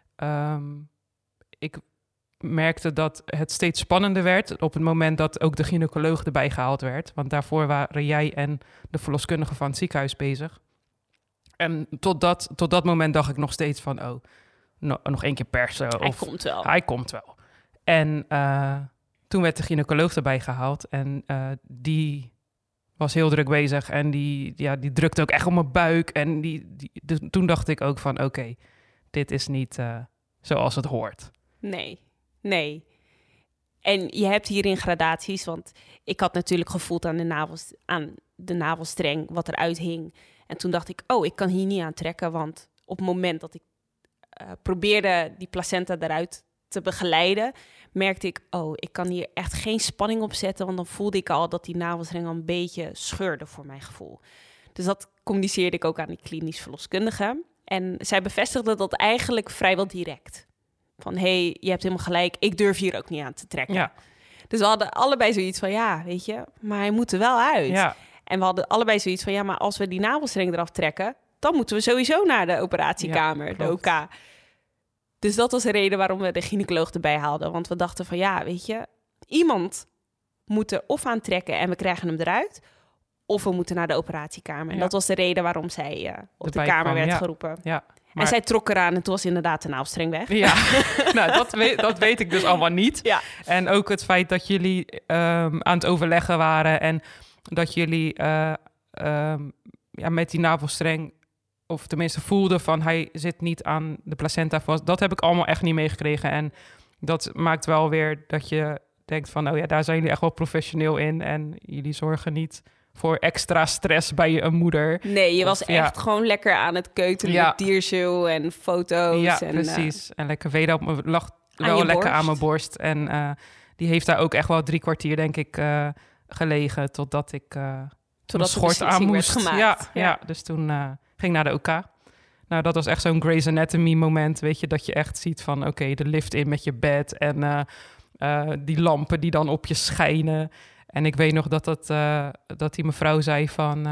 Ik merkte dat het steeds spannender werd op het moment dat ook de gynaecoloog erbij gehaald werd. Want daarvoor waren jij en de verloskundige van het ziekenhuis bezig. En tot dat moment dacht ik nog steeds van, nog 1 keer persen. Hij komt wel. En toen werd de gynaecoloog erbij gehaald en die... was heel druk bezig en die drukte ook echt op mijn buik. En dus toen dacht ik ook van, oké, dit is niet zoals het hoort. Nee. En je hebt hierin gradaties, want ik had natuurlijk gevoeld aan de navelstreng wat eruit hing. En toen dacht ik, ik kan hier niet aan trekken, want op het moment dat ik probeerde die placenta eruit te begeleiden, merkte ik, ik kan hier echt geen spanning op zetten, want dan voelde ik al dat die navelstreng al een beetje scheurde voor mijn gevoel. Dus dat communiceerde ik ook aan die klinisch verloskundige. En zij bevestigde dat eigenlijk vrijwel direct. Van, je hebt helemaal gelijk, ik durf hier ook niet aan te trekken. Ja. Dus we hadden allebei zoiets van, weet je, maar hij moet er wel uit. Ja. En we hadden allebei zoiets van, maar als we die navelstreng eraf trekken, dan moeten we sowieso naar de operatiekamer, de OK. Dus dat was de reden waarom we de gynaecoloog erbij haalden. Want we dachten van, weet je, iemand moet er of aan trekken en we krijgen hem eruit, of we moeten naar de operatiekamer. En dat was de reden waarom zij op de kamer werd geroepen. Ja. Maar... En zij trok eraan en toen was inderdaad de navelstreng weg. Ja, dat weet ik dus allemaal niet. Ja. En ook het feit dat jullie aan het overleggen waren en dat jullie met die navelstreng, of tenminste voelden van hij zit niet aan de placenta vast. Dat heb ik allemaal echt niet meegekregen. En dat maakt wel weer dat je denkt van, daar zijn jullie echt wel professioneel in. En jullie zorgen niet voor extra stress bij een moeder. Nee, je was echt gewoon lekker aan het keutelen met Dierziel en foto's. Ja, en, precies. En lekker Veda lag wel lekker aan mijn borst. En die heeft daar ook echt wel 3 kwartier, denk ik, gelegen totdat ik mijn schort aan moest. Ja, dus toen ging naar de OK. Nou, dat was echt zo'n Grey's Anatomy moment, weet je, dat je echt ziet van, oké, de lift in met je bed en die lampen die dan op je schijnen. En ik weet nog dat die mevrouw zei van,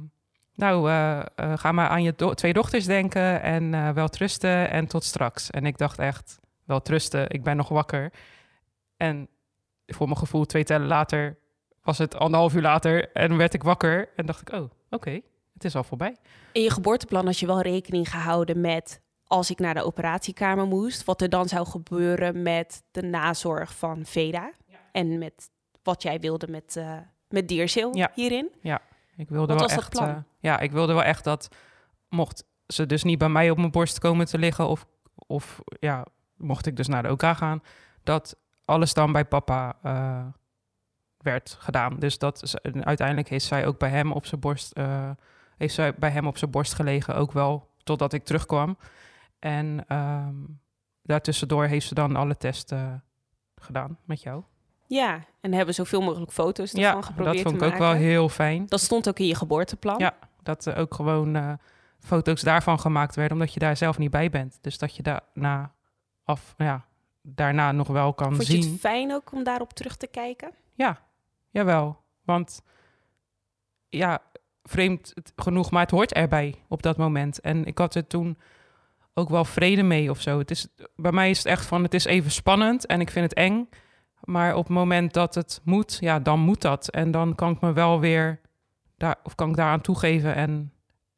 ga maar aan je 2 dochters denken en wel trusten en tot straks. En ik dacht echt, wel trusten, ik ben nog wakker. En voor mijn gevoel 2 tellen later was het 1,5 uur later en werd ik wakker en dacht ik, oké, het is al voorbij. In je geboorteplan had je wel rekening gehouden met, als ik naar de operatiekamer moest, wat er dan zou gebeuren met de nazorg van Veda en met wat jij wilde met Dierziel hierin. Ja, ik wilde wel echt. Ik wilde wel echt dat, mocht ze dus niet bij mij op mijn borst komen te liggen, of mocht ik dus naar de OK gaan, dat alles dan bij papa werd gedaan. Dus uiteindelijk heeft zij ook bij hem op zijn borst gelegen, ook wel totdat ik terugkwam. En daartussendoor heeft ze dan alle testen gedaan met jou. Ja, en hebben zoveel mogelijk foto's ervan geprobeerd te maken. Dat vond ik ook wel heel fijn. Dat stond ook in je geboorteplan. Ja, dat er ook gewoon foto's daarvan gemaakt werden, omdat je daar zelf niet bij bent. Dus dat je daarna nog wel kan zien. Vond je het fijn ook om daarop terug te kijken? Ja, jawel. Want ja, vreemd genoeg, maar het hoort erbij op dat moment. En ik had er toen ook wel vrede mee of zo. Bij mij is het echt van, het is even spannend en ik vind het eng. Maar op het moment dat het moet, ja, dan moet dat. En dan kan ik me wel weer daaraan toegeven en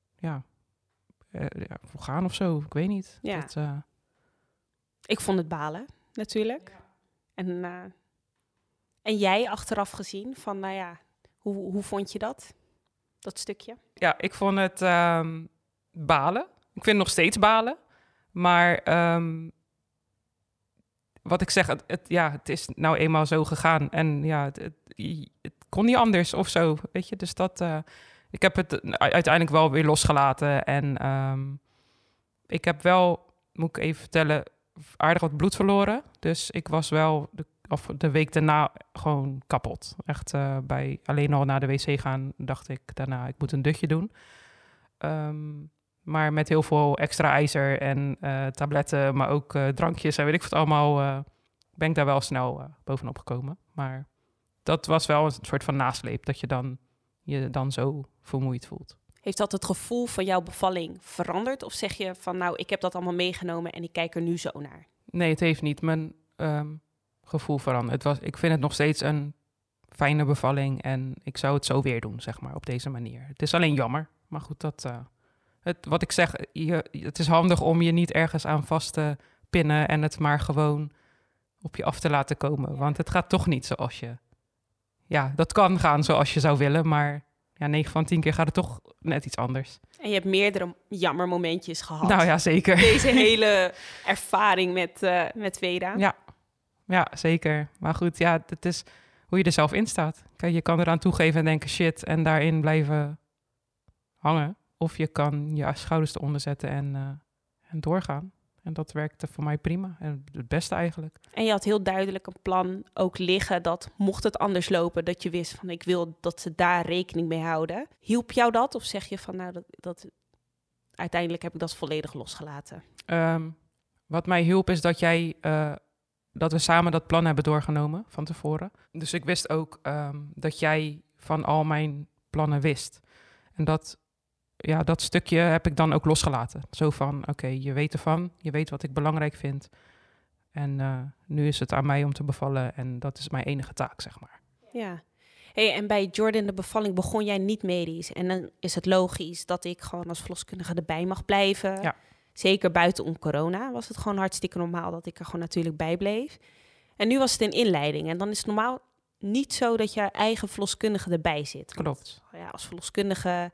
gaan of zo. Ik weet niet. Ja. Ik vond het balen, natuurlijk. Ja. En jij achteraf gezien, van hoe vond je dat stukje? Ja, ik vond het balen. Ik vind het nog steeds balen. Maar wat ik zeg, het is nou eenmaal zo gegaan. En ja, het kon niet anders of zo, weet je. Dus ik heb het uiteindelijk wel weer losgelaten. En ik heb wel, moet ik even vertellen, aardig wat bloed verloren. Dus ik was wel de week daarna gewoon kapot. Echt alleen al naar de wc gaan dacht ik daarna, ik moet een dutje doen. Maar met heel veel extra ijzer en tabletten, maar ook drankjes en weet ik wat allemaal, ben ik daar wel snel bovenop gekomen. Maar dat was wel een soort van nasleep, dat je dan zo vermoeid voelt. Heeft dat het gevoel van jouw bevalling veranderd? Of zeg je van, ik heb dat allemaal meegenomen en ik kijk er nu zo naar? Nee, het heeft niet mijn gevoel veranderd. Ik vind het nog steeds een fijne bevalling en ik zou het zo weer doen, zeg maar, op deze manier. Het is alleen jammer, maar goed, wat ik zeg, het is handig om je niet ergens aan vast te pinnen en het maar gewoon op je af te laten komen. Want het gaat toch niet zoals je... Ja, dat kan gaan zoals je zou willen, maar 9 van 10 keer gaat het toch net iets anders. En je hebt meerdere jammermomentjes gehad. Nou ja, zeker. Deze hele ervaring met Veda. Ja, zeker. Maar goed, het is hoe je er zelf in staat. Kijk, je kan eraan toegeven en denken shit en daarin blijven hangen. Of je kan je schouders eronder zetten en doorgaan. En dat werkte voor mij prima. En het beste eigenlijk. En je had heel duidelijk een plan ook liggen dat mocht het anders lopen, dat je wist van ik wil dat ze daar rekening mee houden. Hielp jou dat? Of zeg je van dat uiteindelijk heb ik dat volledig losgelaten? Wat mij hielp is dat we samen dat plan hebben doorgenomen van tevoren. Dus ik wist ook dat jij van al mijn plannen wist. En dat stukje heb ik dan ook losgelaten. Zo van, oké, je weet ervan. Je weet wat ik belangrijk vind. En nu is het aan mij om te bevallen. En dat is mijn enige taak, zeg maar. Ja. Hey, en bij Jordan de bevalling begon jij niet medisch. En dan is het logisch dat ik gewoon als verloskundige erbij mag blijven. Ja. Zeker buiten om corona was het gewoon hartstikke normaal dat ik er gewoon natuurlijk bij bleef. En nu was het een inleiding. En dan is het normaal niet zo dat je eigen verloskundige erbij zit. Klopt. Want, als verloskundige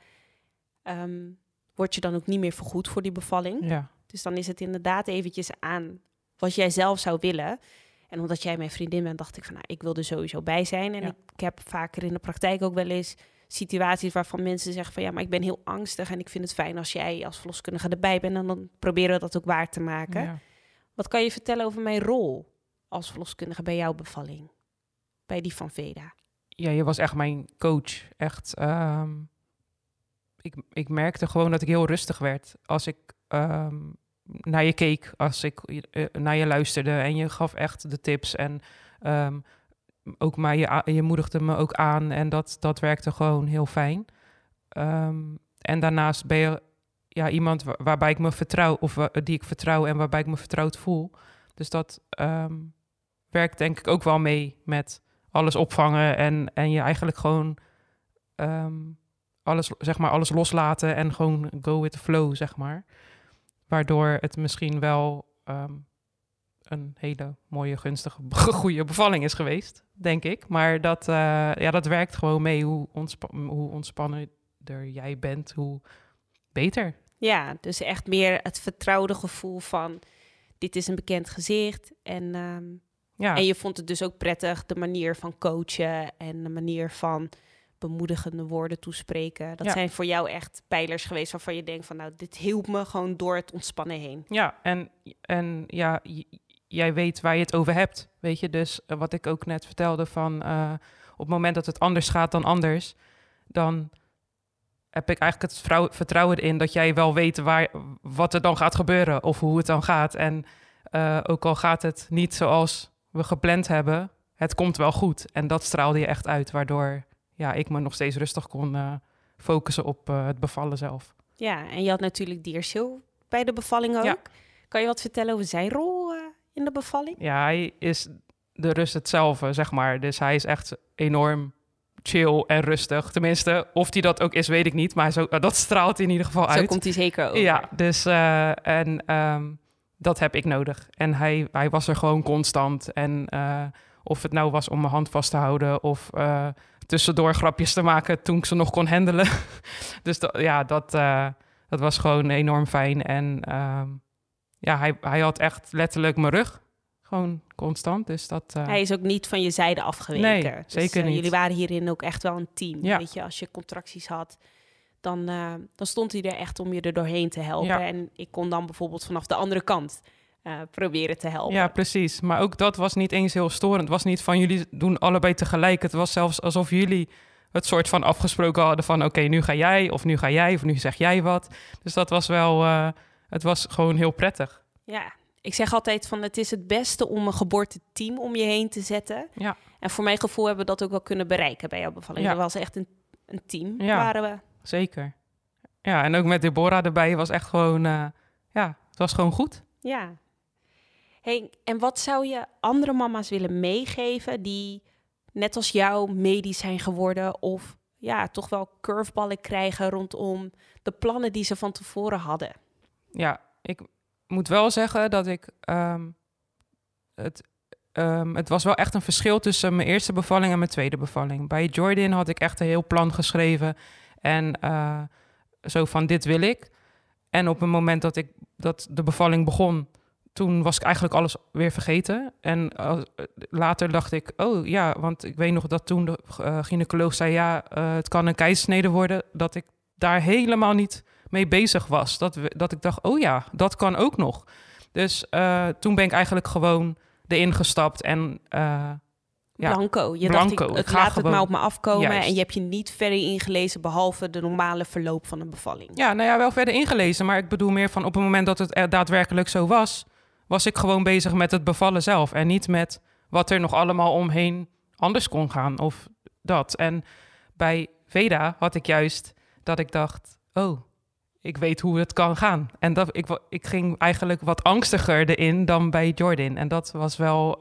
word je dan ook niet meer vergoed voor die bevalling. Ja. Dus dan is het inderdaad eventjes aan wat jij zelf zou willen. En omdat jij mijn vriendin bent, dacht ik van, ik wil er sowieso bij zijn. En ik heb vaker in de praktijk ook wel eens situaties waarvan mensen zeggen van, maar ik ben heel angstig en ik vind het fijn als jij als verloskundige erbij bent. En dan proberen we dat ook waar te maken. Ja. Wat kan je vertellen over mijn rol als verloskundige bij jouw bevalling? Bij die van Veda? Ja, je was echt mijn coach. Echt, ik merkte gewoon dat ik heel rustig werd als ik naar je keek, als ik naar je luisterde en je gaf echt de tips en ook je moedigde me ook aan en dat werkte gewoon heel fijn. En daarnaast ben je iemand waarbij ik me vertrouw of die ik vertrouw en waarbij ik me vertrouwd voel. Dus dat werkt denk ik ook wel mee met alles opvangen en je eigenlijk gewoon alles loslaten en gewoon go with the flow, zeg maar. Waardoor het misschien wel een hele mooie, gunstige, goede bevalling is geweest, denk ik. Maar dat werkt gewoon mee. Hoe ontspannender jij bent, hoe beter. Ja, dus echt meer het vertrouwde gevoel van, dit is een bekend gezicht. En je vond het dus ook prettig, de manier van coachen en de manier van bemoedigende woorden toespreken. Dat zijn voor jou echt pijlers geweest waarvan je denkt van, dit hielp me gewoon door het ontspannen heen. Ja, en jij weet waar je het over hebt, weet je. Dus wat ik ook net vertelde van op het moment dat het anders gaat dan anders, dan heb ik eigenlijk het vertrouwen in dat jij wel weet wat er dan gaat gebeuren of hoe het dan gaat. En ook al gaat het niet zoals we gepland hebben, het komt wel goed. En dat straalde je echt uit, waardoor ik me nog steeds rustig kon focussen op het bevallen zelf. Ja, en je had natuurlijk Diersil bij de bevalling ook. Ja. Kan je wat vertellen over zijn rol in de bevalling? Ja, hij is de rust hetzelfde, zeg maar. Dus hij is echt enorm chill en rustig. Tenminste, of hij dat ook is, weet ik niet. Maar dat straalt in ieder geval uit. Zo komt hij zeker over. Ja, dus dat heb ik nodig. En hij was er gewoon constant. En of het nou was om mijn hand vast te houden of tussendoor grapjes te maken toen ik ze nog kon handelen. Dus dat was gewoon enorm fijn. En hij had echt letterlijk mijn rug. Gewoon constant. Dus dat, Hij is ook niet van je zijde afgeweken. Nee, zeker niet. Jullie waren hierin ook echt wel een team. Ja. Weet je, als je contracties had, dan stond hij er echt om je er doorheen te helpen. Ja. En ik kon dan bijvoorbeeld vanaf de andere kant proberen te helpen. Ja, precies. Maar ook dat was niet eens heel storend. Het was niet van jullie doen allebei tegelijk. Het was zelfs alsof jullie het soort van afgesproken hadden van oké, nu ga jij of nu zeg jij wat. Dus dat was wel, het was gewoon heel prettig. Ja, ik zeg altijd van het is het beste om een geboorteteam om je heen te zetten. Ja. En voor mijn gevoel hebben we dat ook wel kunnen bereiken bij jouw bevalling. Ja. Dat was echt een team, waren we. Zeker. Ja, en ook met Deborah erbij was echt gewoon, het was gewoon goed. Ja. Hey, en wat zou je andere mama's willen meegeven die net als jou medisch zijn geworden of toch wel curveballen krijgen rondom de plannen die ze van tevoren hadden? Ja, ik moet wel zeggen dat ik het was wel echt een verschil tussen mijn eerste bevalling en mijn tweede bevalling. Bij Jordan had ik echt een heel plan geschreven en zo van dit wil ik. En op het moment dat de bevalling begon, toen was ik eigenlijk alles weer vergeten. En later dacht ik, want ik weet nog dat toen de gynaecoloog zei, het kan een keizersnede worden, dat ik daar helemaal niet mee bezig was. Dat ik dacht, dat kan ook nog. Dus toen ben ik eigenlijk gewoon erin gestapt en blanco. Blanco. Dacht, laat het maar op me afkomen. Juist. En je hebt je niet verder ingelezen behalve de normale verloop van een bevalling. Ja, wel verder ingelezen. Maar ik bedoel meer van op het moment dat het er daadwerkelijk zo was ik gewoon bezig met het bevallen zelf. En niet met wat er nog allemaal omheen anders kon gaan of dat. En bij Veda had ik juist dat ik dacht, ik weet hoe het kan gaan. En ik ging eigenlijk wat angstiger erin dan bij Jordan. En dat was wel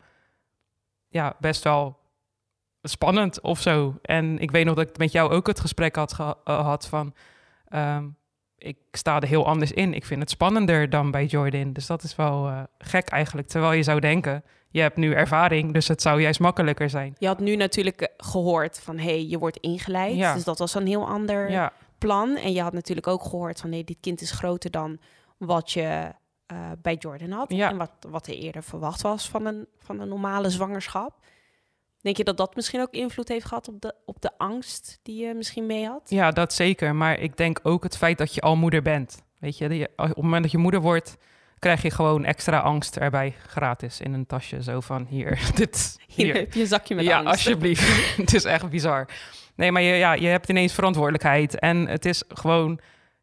best wel spannend of zo. En ik weet nog dat ik met jou ook het gesprek had van ik sta er heel anders in. Ik vind het spannender dan bij Jordan. Dus dat is wel gek eigenlijk. Terwijl je zou denken, je hebt nu ervaring, dus het zou juist makkelijker zijn. Je had nu natuurlijk gehoord van, je wordt ingeleid. Ja. Dus dat was een heel ander plan. En je had natuurlijk ook gehoord van, dit kind is groter dan wat je bij Jordan had. Ja. En wat er eerder verwacht was van een normale zwangerschap. Denk je dat dat misschien ook invloed heeft gehad op de angst die je misschien mee had? Ja, dat zeker. Maar ik denk ook het feit dat je al moeder bent. Weet je, op het moment dat je moeder wordt, krijg je gewoon extra angst erbij gratis in een tasje. Zo van, hier. Hier heb je een zakje met angst. Ja, alsjeblieft. Het is echt bizar. Nee, maar je hebt ineens verantwoordelijkheid. En het is gewoon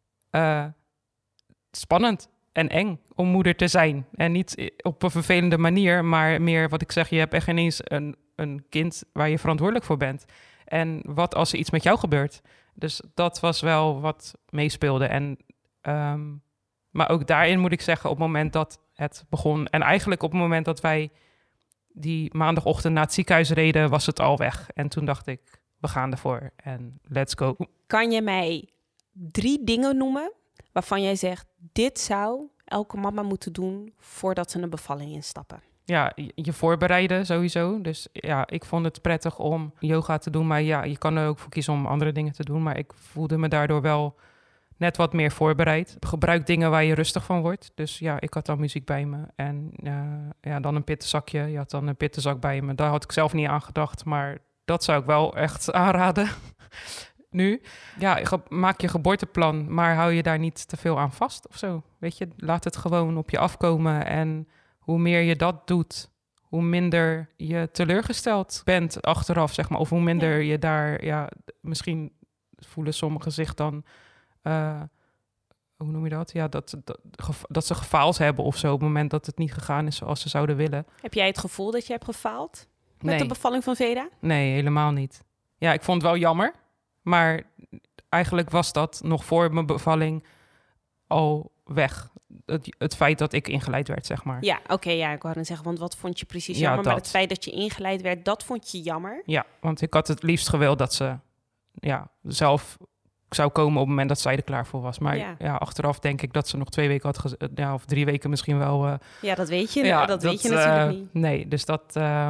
spannend en eng om moeder te zijn. En niet op een vervelende manier, maar meer wat ik zeg, je hebt echt ineens een kind waar je verantwoordelijk voor bent. En wat als er iets met jou gebeurt? Dus dat was wel wat meespeelde. En, maar ook daarin moet ik zeggen, op het moment dat het begon, en eigenlijk op het moment dat wij die maandagochtend naar het ziekenhuis reden, was het al weg. En toen dacht ik, we gaan ervoor en let's go. Kan je mij 3 dingen noemen waarvan jij zegt, dit zou elke mama moeten doen voordat ze een bevalling instappen? Ja, je voorbereiden sowieso. Dus ja, ik vond het prettig om yoga te doen. Maar ja, je kan er ook voor kiezen om andere dingen te doen. Maar ik voelde me daardoor wel net wat meer voorbereid. Gebruik dingen waar je rustig van wordt. Dus ja, ik had dan muziek bij me. En dan een pittenzakje. Je had dan een pittenzak bij me. Daar had ik zelf niet aan gedacht. Maar dat zou ik wel echt aanraden. Nu, ja, maak je geboorteplan, maar hou je daar niet te veel aan vast of zo. Weet je, laat het gewoon op je afkomen en hoe meer je dat doet, hoe minder je teleurgesteld bent achteraf, zeg maar. Of hoe minder je daar, misschien voelen sommigen zich dan, hoe noem je dat? Ja, dat ze gefaald hebben of zo op het moment dat het niet gegaan is zoals ze zouden willen. Heb jij het gevoel dat je hebt gefaald met de bevalling van Veda? Nee, helemaal niet. Ja, ik vond het wel jammer, maar eigenlijk was dat nog voor mijn bevalling al weg. Het feit dat ik ingeleid werd, zeg maar. Ja, oké, ik wou net zeggen, want wat vond je precies jammer? Maar het feit dat je ingeleid werd, dat vond je jammer? Ja, want ik had het liefst gewild dat ze zelf zou komen op het moment dat zij er klaar voor was. Maar achteraf denk ik dat ze nog 2 weken had of 3 weken misschien wel. Ja, dat weet je. Dat weet je natuurlijk niet. Nee, dus dat.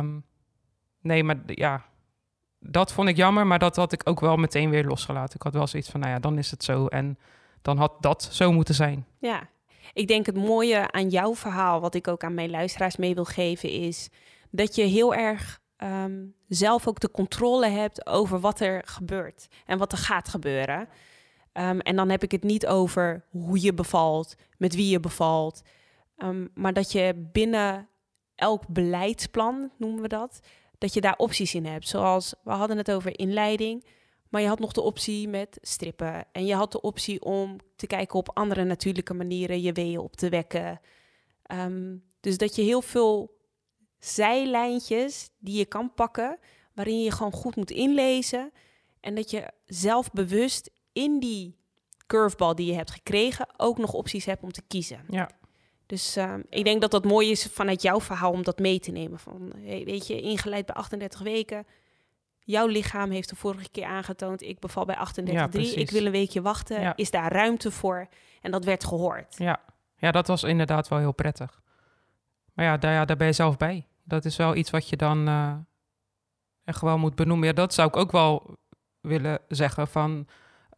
Dat vond ik jammer, maar dat had ik ook wel meteen weer losgelaten. Ik had wel zoiets van, dan is het zo en dan had dat zo moeten zijn. Ja, ik denk het mooie aan jouw verhaal, wat ik ook aan mijn luisteraars mee wil geven, is dat je heel erg zelf ook de controle hebt over wat er gebeurt en wat er gaat gebeuren. En dan heb ik het niet over hoe je bevalt, met wie je bevalt, maar dat je binnen elk beleidsplan, noemen we dat je daar opties in hebt. Zoals, we hadden het over inleiding, maar je had nog de optie met strippen. En je had de optie om te kijken op andere natuurlijke manieren je weeën op te wekken. Dus dat je heel veel zijlijntjes die je kan pakken, waarin je gewoon goed moet inlezen. En dat je zelf bewust in die curveball die je hebt gekregen ook nog opties hebt om te kiezen. Ja. Dus ik denk dat dat mooi is vanuit jouw verhaal om dat mee te nemen. Van, weet je, ingeleid bij 38 weken. Jouw lichaam heeft de vorige keer aangetoond, ik beval bij 38,3. Ik wil een weekje wachten. Ja. Is daar ruimte voor? En dat werd gehoord. Ja, dat was inderdaad wel heel prettig. Maar daar ben je zelf bij. Dat is wel iets wat je dan echt wel moet benoemen. Ja, dat zou ik ook wel willen zeggen van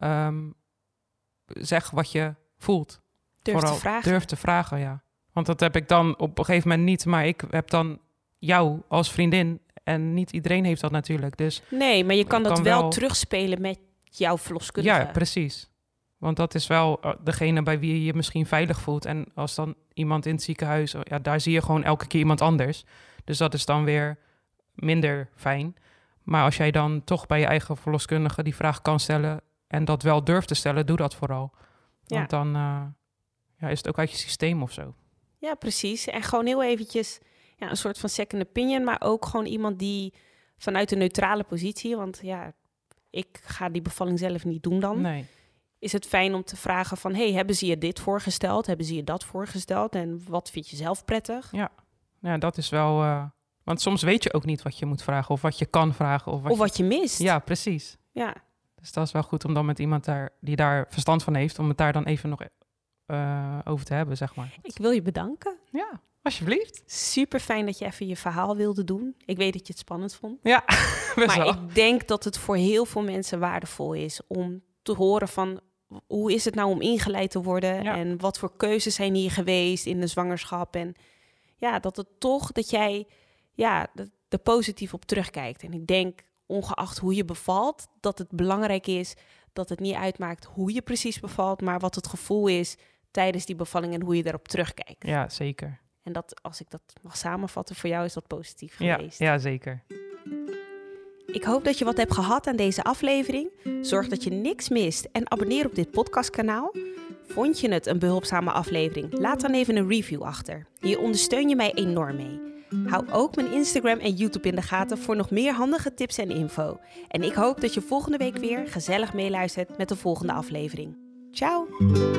zeg wat je voelt. Durf te vragen, ja. Want dat heb ik dan op een gegeven moment niet. Maar ik heb dan jou als vriendin. En niet iedereen heeft dat natuurlijk. Dus nee, maar je kan dat wel terugspelen met jouw verloskundige. Ja, precies. Want dat is wel degene bij wie je je misschien veilig voelt. En als dan iemand in het ziekenhuis, daar zie je gewoon elke keer iemand anders. Dus dat is dan weer minder fijn. Maar als jij dan toch bij je eigen verloskundige die vraag kan stellen en dat wel durft te stellen, doe dat vooral. Want dan is het ook uit je systeem of zo. Ja, precies. En gewoon heel eventjes een soort van second opinion, maar ook gewoon iemand die vanuit een neutrale positie, want ik ga die bevalling zelf niet doen dan. Nee. Is het fijn om te vragen van, hebben ze je dit voorgesteld? Hebben ze je dat voorgesteld? En wat vind je zelf prettig? Ja, dat is wel... want soms weet je ook niet wat je moet vragen of wat je kan vragen. Of wat je mist. Ja, precies. Ja. Dus dat is wel goed om dan met iemand die daar verstand van heeft, om het daar dan even nog over te hebben, zeg maar. Ik wil je bedanken. Ja, alsjeblieft. Super fijn dat je even je verhaal wilde doen. Ik weet dat je het spannend vond. Ja, best maar wel. Ik denk dat het voor heel veel mensen waardevol is om te horen van, hoe is het nou om ingeleid te worden? Ja. En wat voor keuzes zijn hier geweest in de zwangerschap? En dat het toch, dat jij er positief op terugkijkt. En ik denk, ongeacht hoe je bevalt, dat het belangrijk is dat het niet uitmaakt hoe je precies bevalt, maar wat het gevoel is tijdens die bevalling en hoe je daarop terugkijkt. Ja, zeker. En dat, als ik dat mag samenvatten, voor jou is dat positief geweest. Ja, zeker. Ik hoop dat je wat hebt gehad aan deze aflevering. Zorg dat je niks mist en abonneer op dit podcastkanaal. Vond je het een behulpzame aflevering? Laat dan even een review achter. Hier ondersteun je mij enorm mee. Hou ook mijn Instagram en YouTube in de gaten voor nog meer handige tips en info. En ik hoop dat je volgende week weer gezellig meeluistert met de volgende aflevering. Ciao!